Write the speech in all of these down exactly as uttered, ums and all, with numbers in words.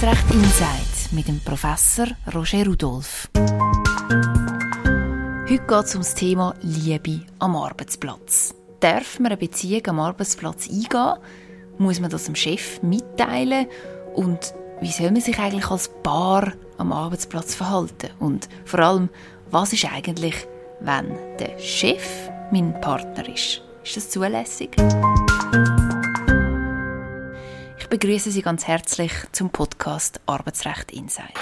Arbeitsrecht Insight mit dem Professor Roger Rudolph. Heute geht es um das Thema Liebe am Arbeitsplatz. Darf man eine Beziehung am Arbeitsplatz eingehen? Muss man das dem Chef mitteilen? Und wie soll man sich eigentlich als Paar am Arbeitsplatz verhalten? Und vor allem, was ist eigentlich, wenn der Chef mein Partner ist? Ist das zulässig? Ich begrüße Sie ganz herzlich zum Podcast Arbeitsrecht Insight.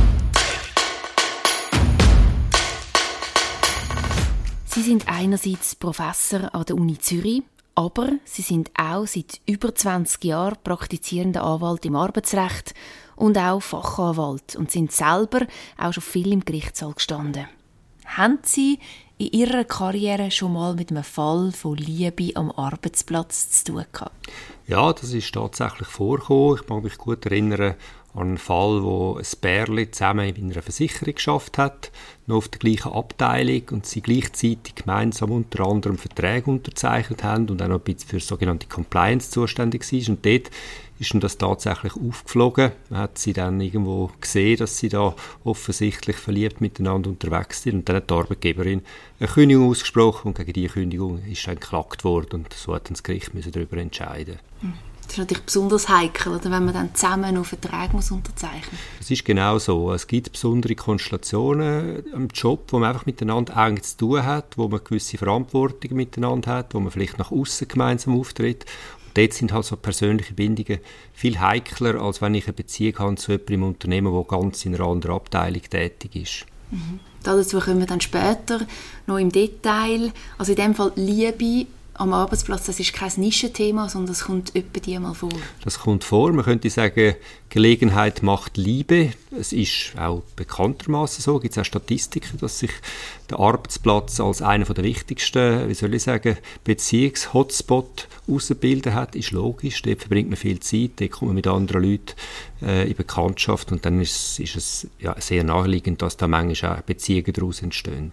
Sie sind einerseits Professor an der Uni Zürich, aber Sie sind auch seit über zwanzig Jahren praktizierender Anwalt im Arbeitsrecht und auch Fachanwalt und sind selber auch schon viel im Gerichtssaal gestanden. Haben Sie in Ihrer Karriere schon mal mit einem Fall von Liebe am Arbeitsplatz zu tun gehabt? Ja, das ist tatsächlich vorgekommen. Ich mag mich gut erinnern an einen Fall, wo ein Pärchen zusammen in einer Versicherung geschafft hat, noch auf der gleichen Abteilung, und sie gleichzeitig gemeinsam unter anderem Verträge unterzeichnet haben und auch noch ein bisschen für sogenannte Compliance zuständig war. Und dort ist ihnen das tatsächlich aufgeflogen. Man hat sie dann irgendwo gesehen, dass sie da offensichtlich verliebt miteinander unterwegs sind, und dann hat die Arbeitgeberin eine Kündigung ausgesprochen, und gegen diese Kündigung ist dann geklagt worden, und so hat dann das Gericht müssen darüber entscheiden. Das ist natürlich besonders heikel, oder, wenn man dann zusammen noch Verträge muss unterzeichnen muss. Das ist genau so. Es gibt besondere Konstellationen im Job, wo man einfach miteinander eng zu tun hat, wo man gewisse Verantwortung miteinander hat, wo man vielleicht nach außen gemeinsam auftritt. Und dort sind halt so persönliche Bindungen viel heikler, als wenn ich eine Beziehung habe zu jemandem im Unternehmen, der ganz in einer anderen Abteilung tätig ist. Mhm. Dazu kommen wir dann später noch im Detail. Also in dem Fall Liebe am Arbeitsplatz, das ist kein Nischenthema, sondern das kommt etwa die mal vor. Das kommt vor. Man könnte sagen, Gelegenheit macht Liebe. Es ist auch bekanntermaßen so, gibt es auch Statistiken, dass sich der Arbeitsplatz als einer der wichtigsten, wie soll ich sagen, Beziehungs-Hotspot ausgebildet hat. Ist logisch, dort verbringt man viel Zeit, dort kommt man mit anderen Leuten äh, in Bekanntschaft, und dann ist, ist es ja, sehr naheliegend, dass da manchmal auch Beziehungen daraus entstehen.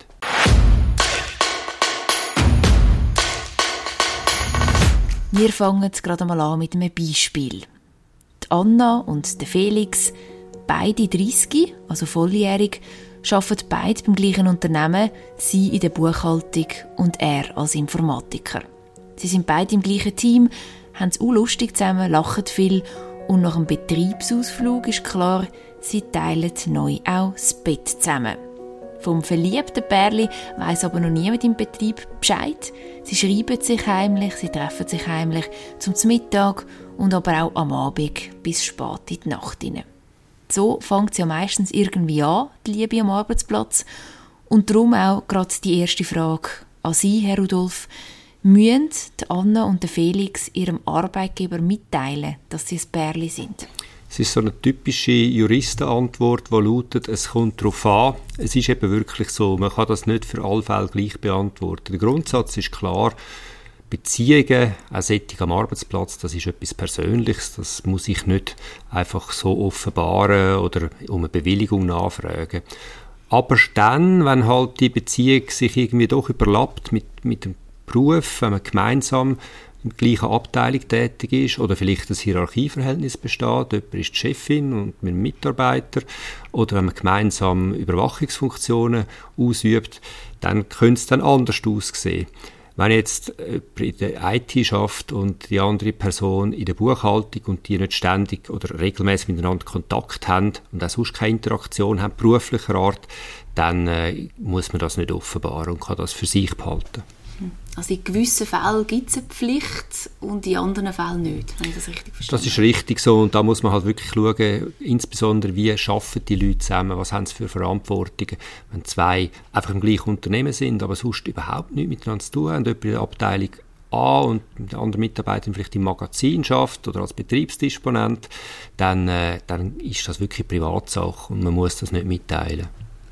Wir fangen jetzt gerade mal an mit einem Beispiel. Die Anna und der Felix, beide dreißig, also volljährig, arbeiten beide beim gleichen Unternehmen, sie in der Buchhaltung und er als Informatiker. Sie sind beide im gleichen Team, haben es auch lustig zusammen, lachen viel, und nach dem Betriebsausflug ist klar, sie teilen neu auch das Bett zusammen. Vom verliebten Pärli weiss aber noch niemand im Betrieb Bescheid. Sie schreiben sich heimlich, sie treffen sich heimlich zum Mittag und aber auch am Abend bis spät in die Nacht hinein. So fängt es ja meistens irgendwie an, die Liebe am Arbeitsplatz. Und darum auch gerade die erste Frage an Sie, Herr Rudolph. Müssen die Anna und der Felix ihrem Arbeitgeber mitteilen, dass sie ein Pärli sind? Es ist so eine typische Juristenantwort, die lautet, es kommt darauf an. Es ist eben wirklich so, man kann das nicht für alle Fälle gleich beantworten. Der Grundsatz ist klar, Beziehungen, auch solche am Arbeitsplatz, das ist etwas Persönliches, das muss ich nicht einfach so offenbaren oder um eine Bewilligung nachfragen. Aber dann, wenn halt die Beziehung sich irgendwie doch überlappt mit, mit dem Beruf, wenn man gemeinsam in der gleichen Abteilung tätig ist oder vielleicht ein Hierarchieverhältnis besteht, jemand ist die Chefin und mit einem Mitarbeiter, oder wenn man gemeinsam Überwachungsfunktionen ausübt, dann könnte es dann anders aussehen. Wenn jetzt jemand in der I T schafft und die andere Person in der Buchhaltung und die nicht ständig oder regelmäßig miteinander Kontakt haben und auch sonst keine Interaktion haben, beruflicher Art, dann äh, muss man das nicht offenbaren und kann das für sich behalten. Also in gewissen Fällen gibt es eine Pflicht und in anderen Fällen nicht. Habe ich das richtig verstanden? Das ist richtig so, und da muss man halt wirklich schauen, insbesondere wie arbeiten die Leute zusammen, was haben sie für Verantwortungen. Wenn zwei einfach im gleichen Unternehmen sind, aber sonst überhaupt nichts miteinander zu tun haben, jemand in der Abteilung A und der andere Mitarbeiter vielleicht im Magazin schafft oder als Betriebsdisponent, dann, äh, dann ist das wirklich Privatsache und man muss das nicht mitteilen.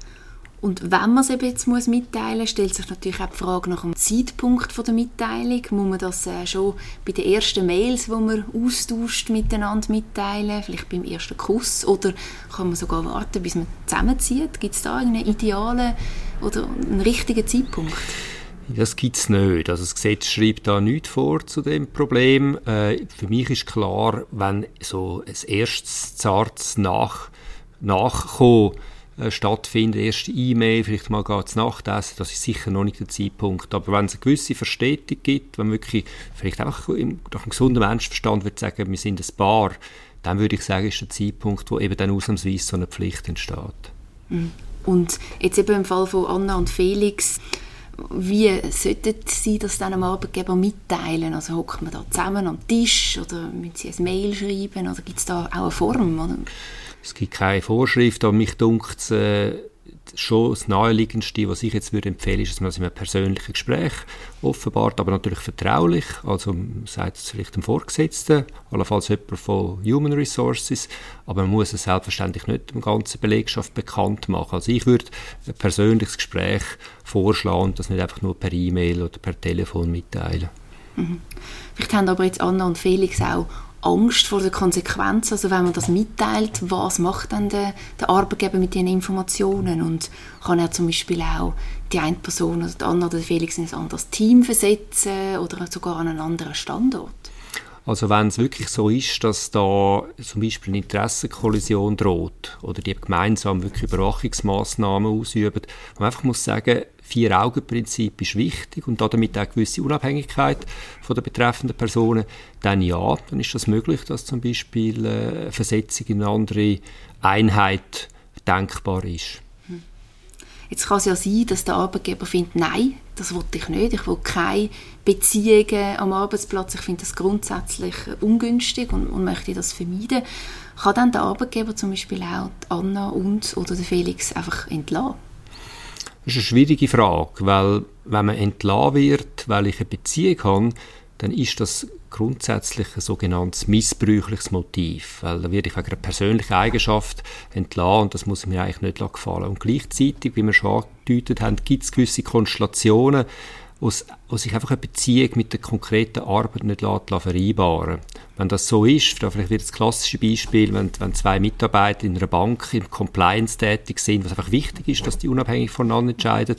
Und wenn man es eben jetzt muss mitteilen muss, stellt sich natürlich auch die Frage nach dem Zeitpunkt der Mitteilung. Muss man das äh, schon bei den ersten Mails, die man austauscht, miteinander mitteilen? Vielleicht beim ersten Kuss? Oder kann man sogar warten, bis man zusammenzieht? Gibt es da einen idealen oder einen richtigen Zeitpunkt? Das gibt es nicht. Also das Gesetz schreibt da nichts vor zu dem Problem. Äh, für mich ist klar, wenn so ein erstes zartes Nach Nachkommen äh, stattfindet, erste E-Mail, vielleicht mal zu Nachtessen, das ist sicher noch nicht der Zeitpunkt. Aber wenn es eine gewisse Verstetung gibt, wenn wirklich vielleicht einfach im, nach einem gesunden Menschenverstand würde sagen, wir sind ein Paar, dann würde ich sagen, ist der Zeitpunkt, wo eben dann ausnahmsweise so eine Pflicht entsteht. Und jetzt eben im Fall von Anna und Felix, wie sollten Sie das dann dem Arbeitgeber mitteilen? Also hockt man da zusammen am Tisch oder müssen Sie ein Mail schreiben oder gibt es da auch eine Form? Oder? Es gibt keine Vorschrift, aber mich dunkt es äh, schon das Naheliegendste, was ich jetzt würde empfehlen, ist, dass man das in einem persönlichen Gespräch offenbart, aber natürlich vertraulich. Also man sagt es vielleicht dem Vorgesetzten, allenfalls jemand von Human Resources, aber man muss es selbstverständlich nicht der ganzen Belegschaft bekannt machen. Also ich würde ein persönliches Gespräch vorschlagen und das nicht einfach nur per E-Mail oder per Telefon mitteilen. Mhm. Vielleicht haben aber jetzt Anna und Felix auch Angst vor der Konsequenz, also wenn man das mitteilt, was macht dann der, der Arbeitgeber mit diesen Informationen und kann er zum Beispiel auch die eine Person, also die Anna oder Felix, in ein anderes Team versetzen oder sogar an einen anderen Standort? Also wenn es wirklich so ist, dass da zum Beispiel eine Interessenkollision droht oder die gemeinsam wirklich Überwachungsmaßnahmen ausüben, man einfach muss sagen, Vier-Augen-Prinzip ist wichtig und damit auch eine gewisse Unabhängigkeit von der betreffenden Personen, dann ja, dann ist das möglich, dass zum Beispiel eine Versetzung in eine andere Einheit denkbar ist. Jetzt kann es ja sein, dass der Arbeitgeber findet, nein, das will ich nicht, ich will keine Beziehungen am Arbeitsplatz, ich finde das grundsätzlich ungünstig und, und möchte das vermeiden. Kann dann der Arbeitgeber zum Beispiel auch die Anna und oder den Felix einfach entlassen? Das ist eine schwierige Frage, weil wenn man entlassen wird, weil ich eine Beziehung habe, dann ist das grundsätzlich ein sogenanntes missbräuchliches Motiv, weil da werde ich wegen einer persönlichen Eigenschaft entlassen und das muss mir eigentlich nicht gefallen. Und gleichzeitig, wie wir schon angedeutet haben, gibt es gewisse Konstellationen, wo sich einfach eine Beziehung mit der konkreten Arbeit nicht vereinbaren lässt. Wenn das so ist, da vielleicht wird das klassische Beispiel, wenn, wenn zwei Mitarbeiter in einer Bank im Compliance tätig sind, was einfach wichtig ist, dass die unabhängig voneinander entscheiden,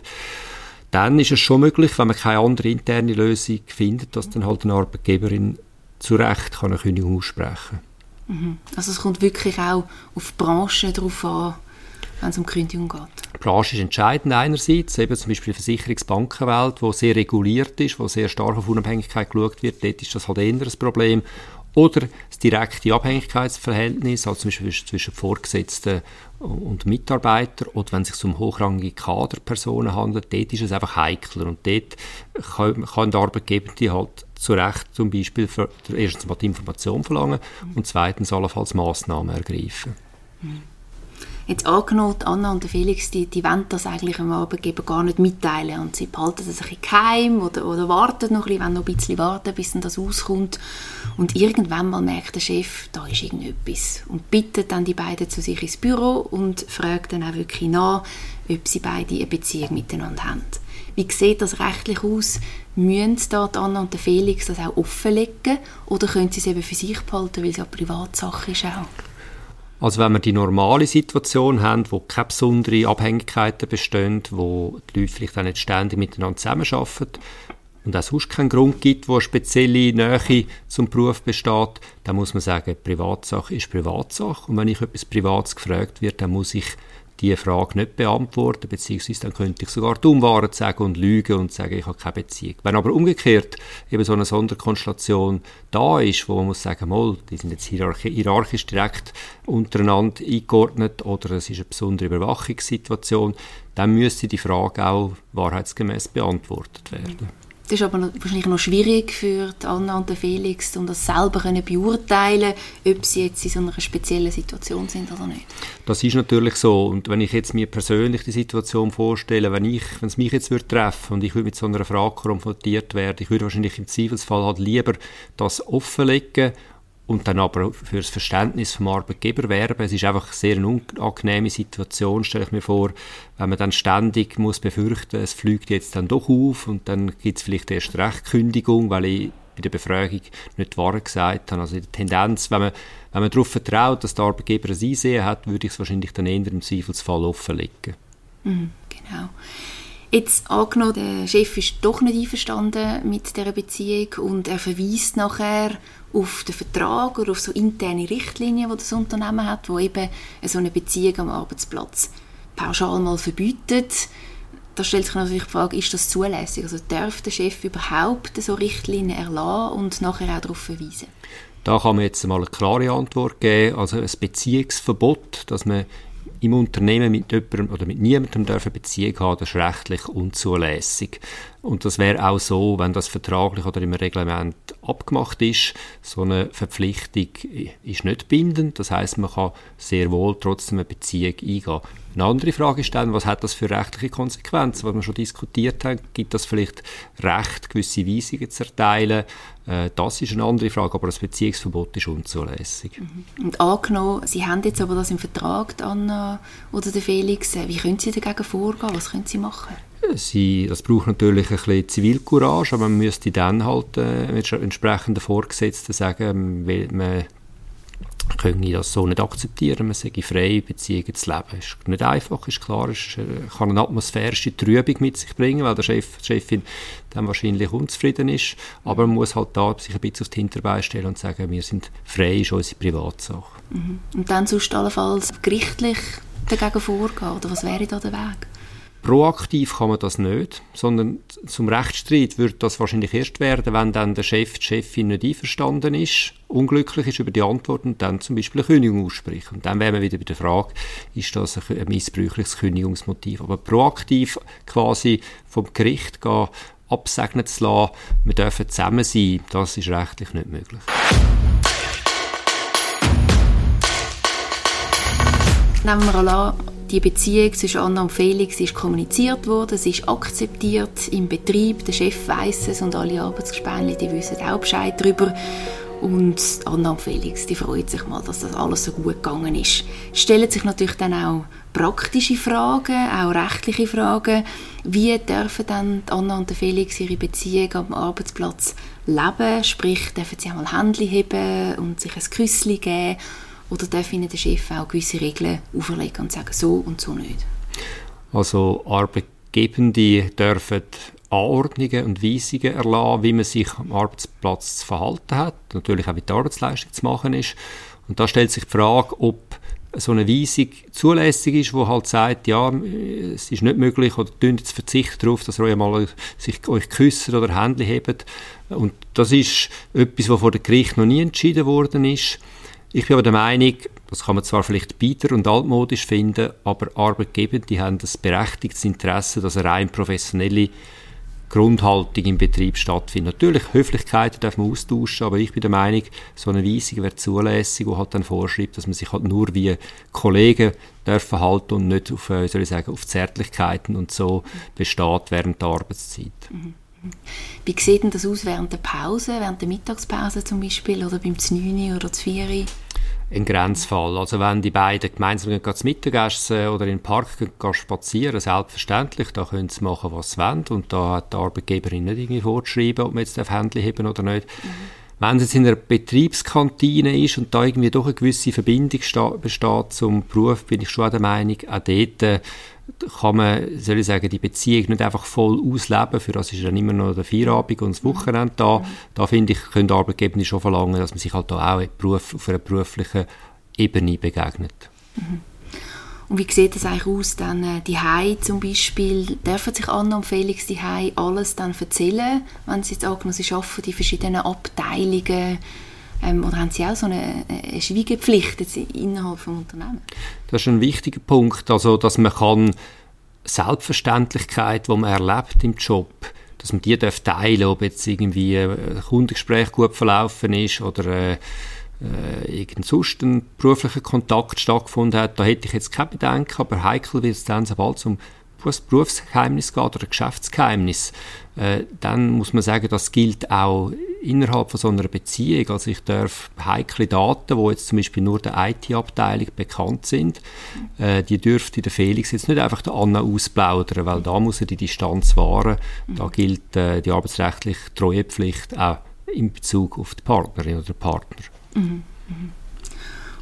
dann ist es schon möglich, wenn man keine andere interne Lösung findet, dass dann halt eine Arbeitgeberin zu Recht kann eine Kündigung aussprechen kann. Mhm. Also es kommt wirklich auch auf die Branche drauf an, wenn es um Kündigung geht. Die Branche ist entscheidend einerseits, eben zum Beispiel die Versicherungsbankenwelt, die sehr reguliert ist, wo sehr stark auf Unabhängigkeit geschaut wird, dort ist das halt eher ein Problem. Oder das direkte Abhängigkeitsverhältnis, also zum Beispiel zwischen Vorgesetzten und Mitarbeitern, oder wenn es sich um hochrangige Kaderpersonen handelt, dort ist es einfach heikler. Und dort kann, kann der Arbeitgeber die halt zu Recht zum Beispiel für, erstens mal die Information verlangen und zweitens allenfalls Massnahmen ergreifen. Mhm. Jetzt angenommen, Anna und Felix, die, die wollen das eigentlich dem Arbeitgeber gar nicht mitteilen und sie behalten das ein bisschen geheim oder, oder warten noch ein bisschen, wollen noch ein bisschen warten, bis dann das rauskommt und irgendwann mal merkt der Chef, da ist irgendetwas und bittet dann die beiden zu sich ins Büro und fragt dann auch wirklich nach, ob sie beide eine Beziehung miteinander haben. Wie sieht das rechtlich aus? Müssen da die Anna und der Felix das auch offenlegen oder können sie es eben für sich behalten, weil es ja Privatsache ist auch? Also wenn wir die normale Situation haben, wo keine besonderen Abhängigkeiten bestehen, wo die Leute vielleicht auch nicht ständig miteinander zusammenarbeiten und es sonst keinen Grund gibt, wo eine spezielle Nähe zum Beruf besteht, dann muss man sagen, Privatsache ist Privatsache. Und wenn ich etwas Privates gefragt wird, dann muss ich diese Frage nicht beantworten, beziehungsweise dann könnte ich sogar die Unwahrheit sagen und lügen und sagen, ich habe keine Beziehung. Wenn aber umgekehrt eben so eine Sonderkonstellation da ist, wo man muss sagen, mal, die sind jetzt hierarchisch, hierarchisch direkt untereinander eingeordnet oder es ist eine besondere Überwachungssituation, dann müsste die Frage auch wahrheitsgemäß beantwortet werden. Das ist aber wahrscheinlich noch schwierig für die Anna und den Felix, um das selber beurteilen, ob sie jetzt in so einer speziellen Situation sind oder nicht. Das ist natürlich so. Und wenn ich jetzt mir persönlich die Situation vorstelle, wenn, ich, wenn es mich jetzt würde treffen und ich würde mit so einer Frage konfrontiert werden, ich würde wahrscheinlich im Zweifelsfall halt lieber das offenlegen und dann aber für das Verständnis vom Arbeitgeber werben. Es ist einfach sehr eine unangenehme Situation, stelle ich mir vor, wenn man dann ständig muss befürchten, es fliegt jetzt dann doch auf und dann gibt es vielleicht erst recht Kündigung, weil ich bei der Befragung nicht die Wahrheit gesagt habe. Also in der Tendenz, wenn man, wenn man darauf vertraut, dass der Arbeitgeber es einsehen hat, würde ich es wahrscheinlich dann eher im Zweifelsfall offenlegen. Mhm, genau. Jetzt angenommen, der Chef ist doch nicht einverstanden mit dieser Beziehung und er verweist nachher auf den Vertrag oder auf so interne Richtlinien, die das Unternehmen hat, wo eben so eine Beziehung am Arbeitsplatz pauschal mal verbietet. Da stellt sich natürlich die Frage, ist das zulässig? Also darf der Chef überhaupt so Richtlinien erlassen und nachher auch darauf verweisen? Da kann man jetzt mal eine klare Antwort geben. Also ein Beziehungsverbot, dass man im Unternehmen mit jemandem oder mit niemandem eine Beziehung haben, das ist rechtlich unzulässig. Und das wäre auch so, wenn das vertraglich oder im Reglement abgemacht ist. So eine Verpflichtung ist nicht bindend. Das heisst, man kann sehr wohl trotzdem eine Beziehung eingehen. Eine andere Frage ist dann, was hat das für rechtliche Konsequenzen? Was wir schon diskutiert haben, gibt das vielleicht Recht, gewisse Weisungen zu erteilen? Äh, das ist eine andere Frage, aber das Beziehungsverbot ist unzulässig. Mhm. Und angenommen, Sie haben jetzt aber das im Vertrag, Anna oder der Felix, wie können Sie dagegen vorgehen? Was können Sie machen? Sie, das braucht natürlich ein bisschen Zivilcourage, aber man müsste dann halt äh, entsprechenden Vorgesetzten sagen, weil man können das so nicht akzeptieren, man sei frei, Beziehungen zu leben. Es ist nicht einfach, ist klar, es kann eine atmosphärische Trübung mit sich bringen, weil der Chef, die Chefin dann wahrscheinlich unzufrieden ist, aber man muss halt da sich ein bisschen auf die Hinterbeine stellen und sagen, wir sind frei, ist unsere Privatsache. Mhm. Und dann sonst allenfalls gerichtlich dagegen vorgehen, oder was wäre da der Weg? Proaktiv kann man das nicht, sondern zum Rechtsstreit wird das wahrscheinlich erst werden, wenn dann der Chef, die Chefin nicht einverstanden ist, unglücklich ist über die Antwort und dann zum Beispiel eine Kündigung ausspricht. Und dann wären wir wieder bei der Frage, ist das ein missbräuchliches Kündigungsmotiv. Aber proaktiv quasi vom Gericht gehen, absegnen zu lassen, wir dürfen zusammen sein, das ist rechtlich nicht möglich. Nehmen wir an, die Beziehung zwischen Anna und Felix ist kommuniziert worden, es ist akzeptiert im Betrieb, der Chef weiss es und alle Arbeitsgespännchen, die wissen auch Bescheid darüber. Und Anna und Felix, die freuen sich mal, dass das alles so gut gegangen ist. Stellen sich natürlich dann auch praktische Fragen, auch rechtliche Fragen. Wie dürfen dann Anna und Felix ihre Beziehung am Arbeitsplatz leben? Sprich, dürfen sie einmal Händchen heben und sich ein Küsschen geben? Oder darf Ihnen der Chef auch gewisse Regeln auferlegen und sagen, so und so nicht? Also Arbeitgebende dürfen Anordnungen und Weisungen erlassen, wie man sich am Arbeitsplatz zu verhalten hat. Natürlich auch, wie die Arbeitsleistung zu machen ist. Und da stellt sich die Frage, ob so eine Weisung zulässig ist, die halt sagt, ja, es ist nicht möglich oder jetzt verzichtet darauf, dass ihr euch mal sich, euch küssen oder Händchen hebt. Und das ist etwas, was vor dem Gericht noch nie entschieden worden ist. Ich bin aber der Meinung, das kann man zwar vielleicht bieder und altmodisch finden, aber Arbeitgeber, die haben das berechtigtes Interesse, dass eine rein professionelle Grundhaltung im Betrieb stattfindet. Natürlich, Höflichkeiten darf man austauschen, aber ich bin der Meinung, so eine Weisung wäre zulässig, die halt dann vorschreibt, dass man sich halt nur wie Kollegen darf verhalten und nicht auf, soll ich sagen, auf Zärtlichkeiten und so besteht während der Arbeitszeit. Mhm. Wie sieht denn das aus während der Pause, während der Mittagspause zum Beispiel oder beim Znüni oder Zvieri? Ein Grenzfall. Also wenn die beiden gemeinsam gehen zum Mittagessen oder in den Park gehen spazieren, selbstverständlich, da können sie machen, was sie wollen. Und da hat die Arbeitgeberin nicht irgendwie vorzuschreiben, ob man jetzt Händchen heben oder nicht. Mhm. Wenn es jetzt in einer Betriebskantine ist und da irgendwie doch eine gewisse Verbindung besteht zum Beruf, bin ich schon der Meinung, auch dort äh, kann man, soll ich sagen, die Beziehung nicht einfach voll ausleben, für das ist dann immer noch der Feierabend und das Wochenende da. Mhm. Da finde ich, können die Arbeitgeber schon verlangen, dass man sich halt da auch Beruf, auf einer beruflichen Ebene begegnet. Mhm. Und wie sieht das eigentlich aus, dann äh, die Hause zum Beispiel? Dürfen sich Anna und Felix die Hause alles dann erzählen, wenn sie jetzt angenommen, sie arbeiten in verschiedenen Abteilungen? Ähm, oder haben sie auch so eine, eine Schweigepflicht jetzt innerhalb des Unternehmens? Das ist ein wichtiger Punkt, also dass man kann Selbstverständlichkeit, die man erlebt im Job, dass man die darf teilen, ob jetzt irgendwie ein Kundengespräch gut verlaufen ist oder äh, äh, irgend sonst ein beruflicher Kontakt stattgefunden hat. Da hätte ich jetzt kein Bedenken, aber heikel wird es dann, sobald es um Berufsgeheimnis geht oder Geschäftsgeheimnis, äh, dann muss man sagen, das gilt auch innerhalb von so einer Beziehung. Also ich darf heikle Daten, die jetzt zum Beispiel nur der I T-Abteilung bekannt sind, äh, die dürfte der Felix jetzt nicht einfach der Anna ausplaudern, weil da muss er die Distanz wahren. Da gilt äh, die arbeitsrechtliche Treuepflicht auch in Bezug auf die Partnerin oder den Partner. Mhm. Mhm.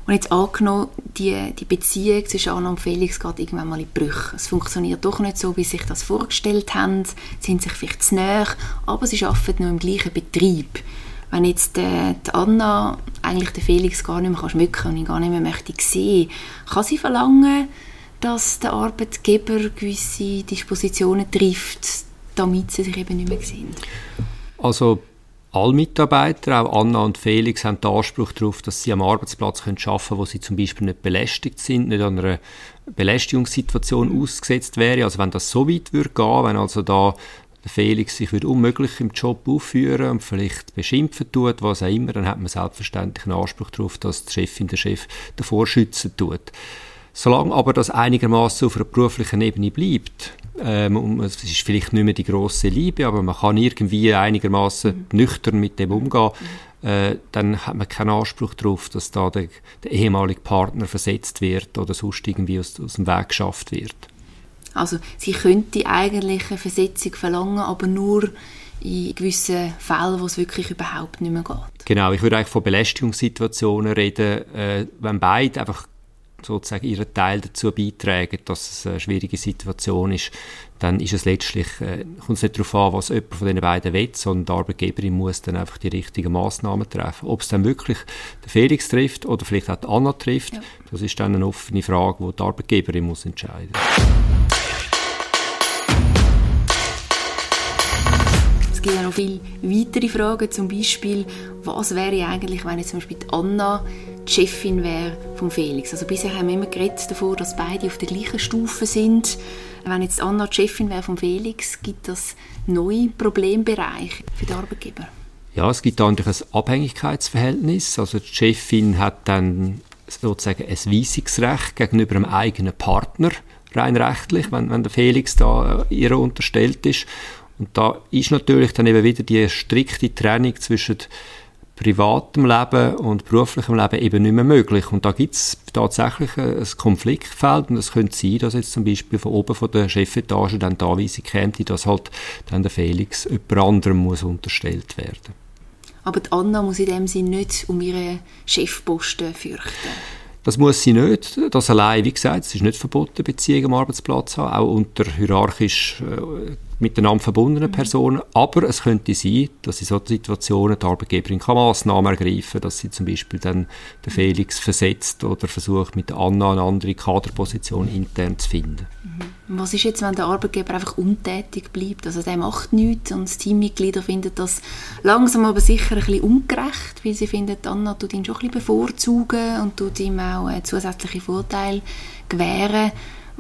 Und jetzt angenommen, die, die Beziehung zwischen Anna und Felix geht irgendwann mal in die Brüche. Es funktioniert doch nicht so, wie sie sich das vorgestellt haben. Sie sind sich vielleicht zu nahe, aber sie arbeiten noch im gleichen Betrieb. Wenn jetzt äh, die Anna eigentlich den Felix gar nicht mehr schmücken kann und ihn gar nicht mehr möchte sehen, kann sie verlangen, dass der Arbeitgeber gewisse Dispositionen trifft, damit sie sich eben nicht mehr sehen? Also alle Mitarbeiter, auch Anna und Felix, haben den Anspruch darauf, dass sie am Arbeitsplatz arbeiten können, wo sie zum Beispiel nicht belästigt sind, nicht an einer Belästigungssituation ausgesetzt wären. Also wenn das so weit würde gehen, wenn also da der Felix sich würde unmöglich im Job aufführen und vielleicht beschimpfen tut, was auch immer, dann hat man selbstverständlich einen Anspruch darauf, dass die Chefin, der Chef davor schützen tut. Solange aber das einigermaßen auf einer beruflichen Ebene bleibt, ähm, es ist vielleicht nicht mehr die grosse Liebe, aber man kann irgendwie einigermaßen mhm. nüchtern mit dem umgehen, äh, dann hat man keinen Anspruch darauf, dass da der, der ehemalige Partner versetzt wird oder sonst irgendwie aus, aus dem Weg geschafft wird. Also sie könnte eigentlich eine Versetzung verlangen, aber nur in gewissen Fällen, wo es wirklich überhaupt nicht mehr geht. Genau, ich würde eigentlich von Belästigungssituationen reden, äh, wenn beide einfach sozusagen ihren Teil dazu beitragen, dass es eine schwierige Situation ist, dann ist es letztlich, äh, kommt es nicht darauf an, was jemand von den beiden will, sondern die Arbeitgeberin muss dann einfach die richtigen Massnahmen treffen. Ob es dann wirklich den Felix trifft oder vielleicht auch die Anna trifft, ja. Das ist dann eine offene Frage, die die Arbeitgeberin muss entscheiden muss. Es gibt ja noch viele weitere Fragen, zum Beispiel, was wäre eigentlich, wenn jetzt zum Beispiel die Anna die Chefin wäre von Felix? Also bisher haben wir immer geredet davon, dass beide auf der gleichen Stufe sind. Wenn jetzt Anna die Chefin wäre von Felix, gibt das neue Problembereiche für den Arbeitgeber? Ja, es gibt eigentlich ein Abhängigkeitsverhältnis. Also die Chefin hat dann sozusagen ein Weisungsrecht gegenüber einem eigenen Partner, rein rechtlich, wenn, wenn der Felix da ihr unterstellt ist. Und da ist natürlich dann eben wieder die strikte Trennung zwischen privatem Leben und beruflichem Leben eben nicht mehr möglich. Und da gibt es tatsächlich ein Konfliktfeld. Und es könnte sein, dass jetzt zum Beispiel von oben von der Chefetage dann die Anweisung käme, dass halt dann der Felix jemand anderem muss unterstellt werden. Aber die Anna muss in dem Sinne nicht um ihren Chefposten fürchten? Das muss sie nicht. Das allein, wie gesagt, es ist nicht verboten, Beziehungen am Arbeitsplatz zu haben, auch unter hierarchisch äh, miteinander verbundenen Personen. Aber es könnte sein, dass in solchen Situationen die Arbeitgeberin kann Massnahmen ergreifen kann, dass sie zum Beispiel dann den Felix versetzt oder versucht, mit der Anna eine andere Kaderposition intern zu finden. Was ist jetzt, wenn der Arbeitgeber einfach untätig bleibt? Also der macht nichts und die Teammitglieder finden das langsam aber sicher ein bisschen ungerecht, weil sie finden, Anna tut ihn schon ein bisschen bevorzugen und tut ihm auch zusätzliche Vorteile gewähren.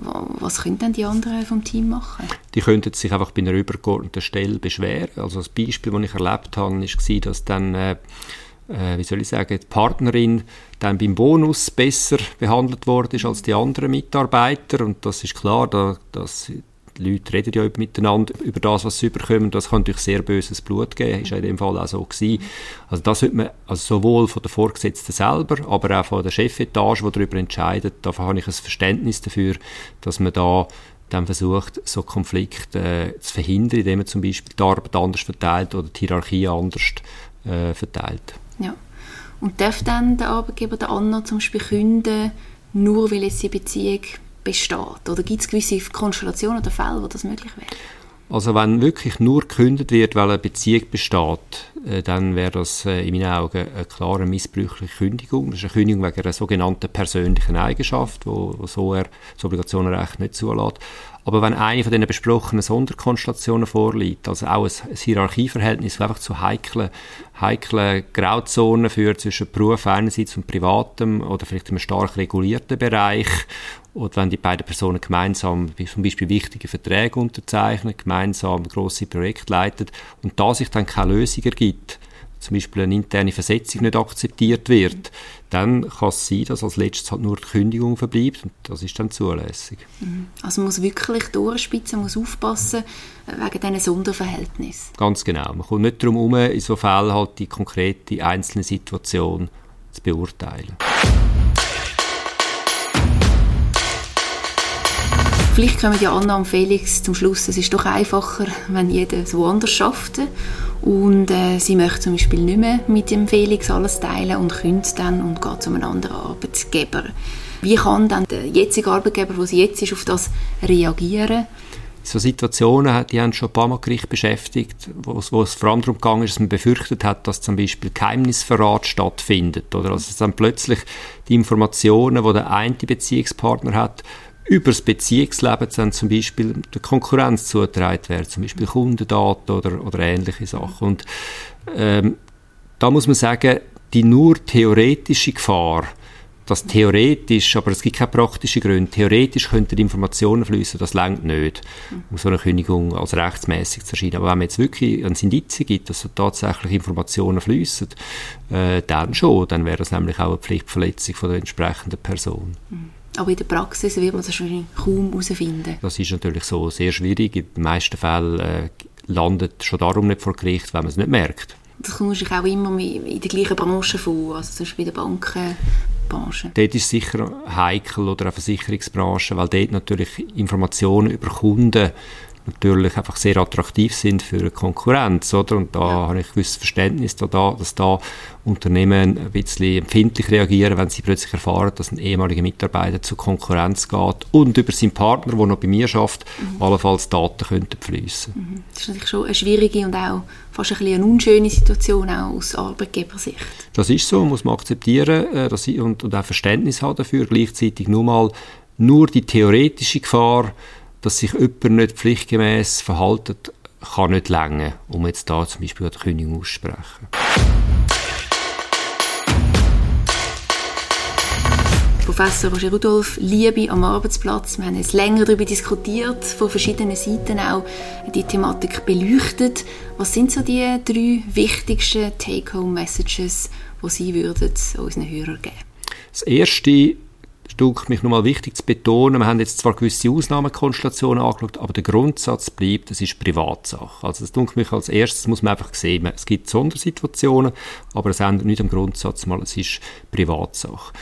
Was können denn die anderen vom Team machen? Die könnten sich einfach bei einer übergeordneten Stelle beschweren. Also das Beispiel, das ich erlebt habe, war, dass dann, äh, äh, wie soll ich sagen, die Partnerin dann beim Bonus besser behandelt worden ist als die anderen Mitarbeiter. Und das ist klar, da, dass die Leute reden ja miteinander über das, was sie überkommen. Das kann natürlich sehr böses Blut geben. Das war in dem Fall auch so gewesen. Also das sollte man also sowohl von der Vorgesetzten selber, aber auch von der Chefetage, die darüber entscheidet. Da habe ich ein Verständnis dafür, dass man da dann versucht, so Konflikte äh, zu verhindern, indem man zum Beispiel die Arbeit anders verteilt oder die Hierarchie anders äh, verteilt. Ja. Und darf dann der Arbeitgeber der Anna zum Beispiel künden, nur weil jetzt die Beziehung besteht? Oder gibt es gewisse Konstellationen oder Fälle, wo das möglich wäre? Also wenn wirklich nur gekündigt wird, weil eine Beziehung besteht, äh, dann wäre das äh, in meinen Augen eine klare missbräuchliche Kündigung. Das ist eine Kündigung wegen einer sogenannten persönlichen Eigenschaft, wo, wo so er das Obligationenrecht nicht zulässt. Aber wenn eine von den besprochenen Sonderkonstellationen vorliegt, also auch ein, ein Hierarchieverhältnis, das einfach zu heiklen, heiklen Grauzonen führt zwischen Beruf einerseits und Privatem oder vielleicht in einem stark regulierten Bereich, oder wenn die beiden Personen gemeinsam zum Beispiel wichtige Verträge unterzeichnen, gemeinsam grosse Projekte leiten und da sich dann keine Lösung ergibt, zum Beispiel eine interne Versetzung nicht akzeptiert wird, dann kann es sein, dass als letztes halt nur die Kündigung verbleibt und das ist dann zulässig. Also man muss wirklich durchspitzen, muss aufpassen wegen diesen Sonderverhältnissen. Ganz genau. Man kommt nicht darum herum, in so Fällen halt die konkrete einzelne Situation zu beurteilen. vielleicht kommen ja Anna und Felix zum Schluss, es ist doch einfacher, wenn jeder so anders schafft. Und äh, sie möchte zum Beispiel nicht mehr mit dem Felix alles teilen und kündigt dann und geht zu einem anderen Arbeitgeber. Wie kann dann der jetzige Arbeitgeber, wo sie jetzt ist, auf das reagieren? So Situationen, die haben schon ein paar Mal Gericht beschäftigt, wo es, wo es vor allem darum gegangen ist, dass man befürchtet hat, dass zum Beispiel Geheimnisverrat stattfindet. Oder also dann plötzlich die Informationen, die der eine Beziehungspartner hat, über das Beziehungsleben dann zum Beispiel der Konkurrenz zugetragen werden, zum Beispiel Kundendaten oder, oder ähnliche Sachen. Und ähm, da muss man sagen, die nur theoretische Gefahr, dass theoretisch, aber es gibt keine praktischen Gründe, theoretisch könnten Informationen fließen, das reicht nicht, um so eine Kündigung als rechtsmäßig zu erscheinen. Aber wenn man jetzt wirklich ein Indizien gibt, dass so tatsächlich Informationen fließen, äh, dann schon, dann wäre das nämlich auch eine Pflichtverletzung von der entsprechenden Person. Aber in der Praxis wird man das wahrscheinlich kaum herausfinden. Das ist natürlich so sehr schwierig. In den meisten Fällen äh, landet schon darum nicht vor Gericht, wenn man es nicht merkt. Das kommt sich auch immer in der gleichen Branche vor, also zum Beispiel bei der Bankenbranche. Dort ist es sicher heikel, oder eine Versicherungsbranche, weil dort natürlich Informationen über Kunden natürlich einfach sehr attraktiv sind für eine Konkurrenz, oder? Und da ja. habe ich ein gewisses Verständnis, da, dass da Unternehmen ein bisschen empfindlich reagieren, wenn sie plötzlich erfahren, dass ein ehemaliger Mitarbeiter zur Konkurrenz geht und über seinen Partner, der noch bei mir arbeitet, mhm. allenfalls Daten könnten fließen. Mhm. Das ist natürlich schon eine schwierige und auch fast ein bisschen eine unschöne Situation auch aus Arbeitgebersicht. Das ist so, muss man akzeptieren dass ich, und, und auch Verständnis haben dafür. Gleichzeitig nur mal nur die theoretische Gefahr, dass sich jemand nicht pflichtgemäß verhaltet, kann nicht länger, um jetzt da zum Beispiel eine Kündigung auszusprechen. Professor Roger Rudolph, Liebe am Arbeitsplatz. Wir haben jetzt länger darüber diskutiert, von verschiedenen Seiten auch die Thematik beleuchtet. Was sind so die drei wichtigsten Take-Home-Messages, die Sie würden unseren Hörern geben? Das erste ist mich nochmal wichtig zu betonen, wir haben jetzt zwar gewisse Ausnahmekonstellationen angeschaut, aber der Grundsatz bleibt, es ist Privatsache. Also das tut mich als erstes, muss man einfach sehen, es gibt Sondersituationen, aber es ändert nicht am Grundsatz mal, es ist Privatsache.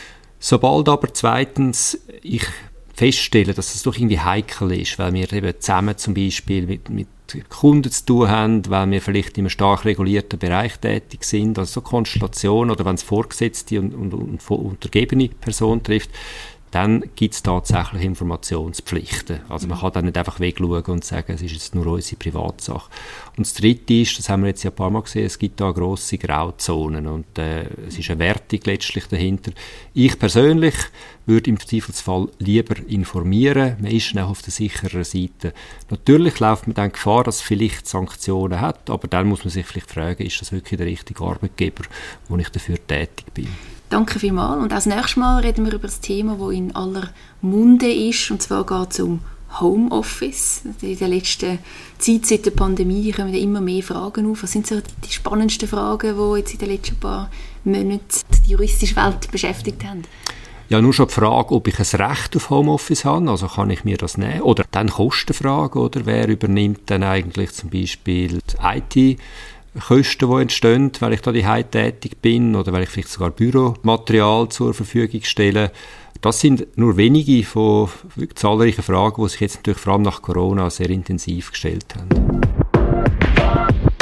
Sobald aber zweitens ich feststelle, dass es doch irgendwie heikel ist, weil wir eben zusammen zum Beispiel mit, mit Kunden zu tun haben, weil wir vielleicht in einem stark regulierten Bereich tätig sind, also so Konstellationen, oder wenn es Vorgesetzte und, und, und untergebene Person trifft, dann gibt es tatsächlich Informationspflichten. Also man kann dann nicht einfach wegschauen und sagen, es ist jetzt nur unsere Privatsache. Und das Dritte ist, das haben wir jetzt ja ein paar Mal gesehen, es gibt da grosse Grauzonen und äh, es ist eine Wertung letztlich dahinter. Ich persönlich würde im Zweifelsfall lieber informieren, man ist dann auch auf der sicheren Seite. Natürlich läuft man dann Gefahr, dass es vielleicht Sanktionen hat, aber dann muss man sich vielleicht fragen, ist das wirklich der richtige Arbeitgeber, wo ich dafür tätig bin. Danke vielmals. Und als nächstes Mal reden wir über das Thema, das in aller Munde ist. Und zwar geht es um Homeoffice. In der letzten Zeit, seit der Pandemie, kommen immer mehr Fragen auf. Was sind so die spannendsten Fragen, die jetzt in den letzten paar Monaten die juristische Welt beschäftigt haben? Ja, nur schon die Frage, ob ich ein Recht auf Homeoffice habe, also kann ich mir das nehmen? Oder dann Kostenfrage, oder wer übernimmt dann eigentlich zum Beispiel die I T Kosten, die entstehen, weil ich da daheim tätig bin oder weil ich vielleicht sogar Büromaterial zur Verfügung stelle. Das sind nur wenige von zahlreichen Fragen, die sich jetzt natürlich vor allem nach Corona sehr intensiv gestellt haben.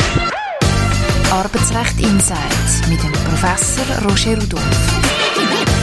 Arbeitsrecht Insight mit dem Professor Roger Rudolph.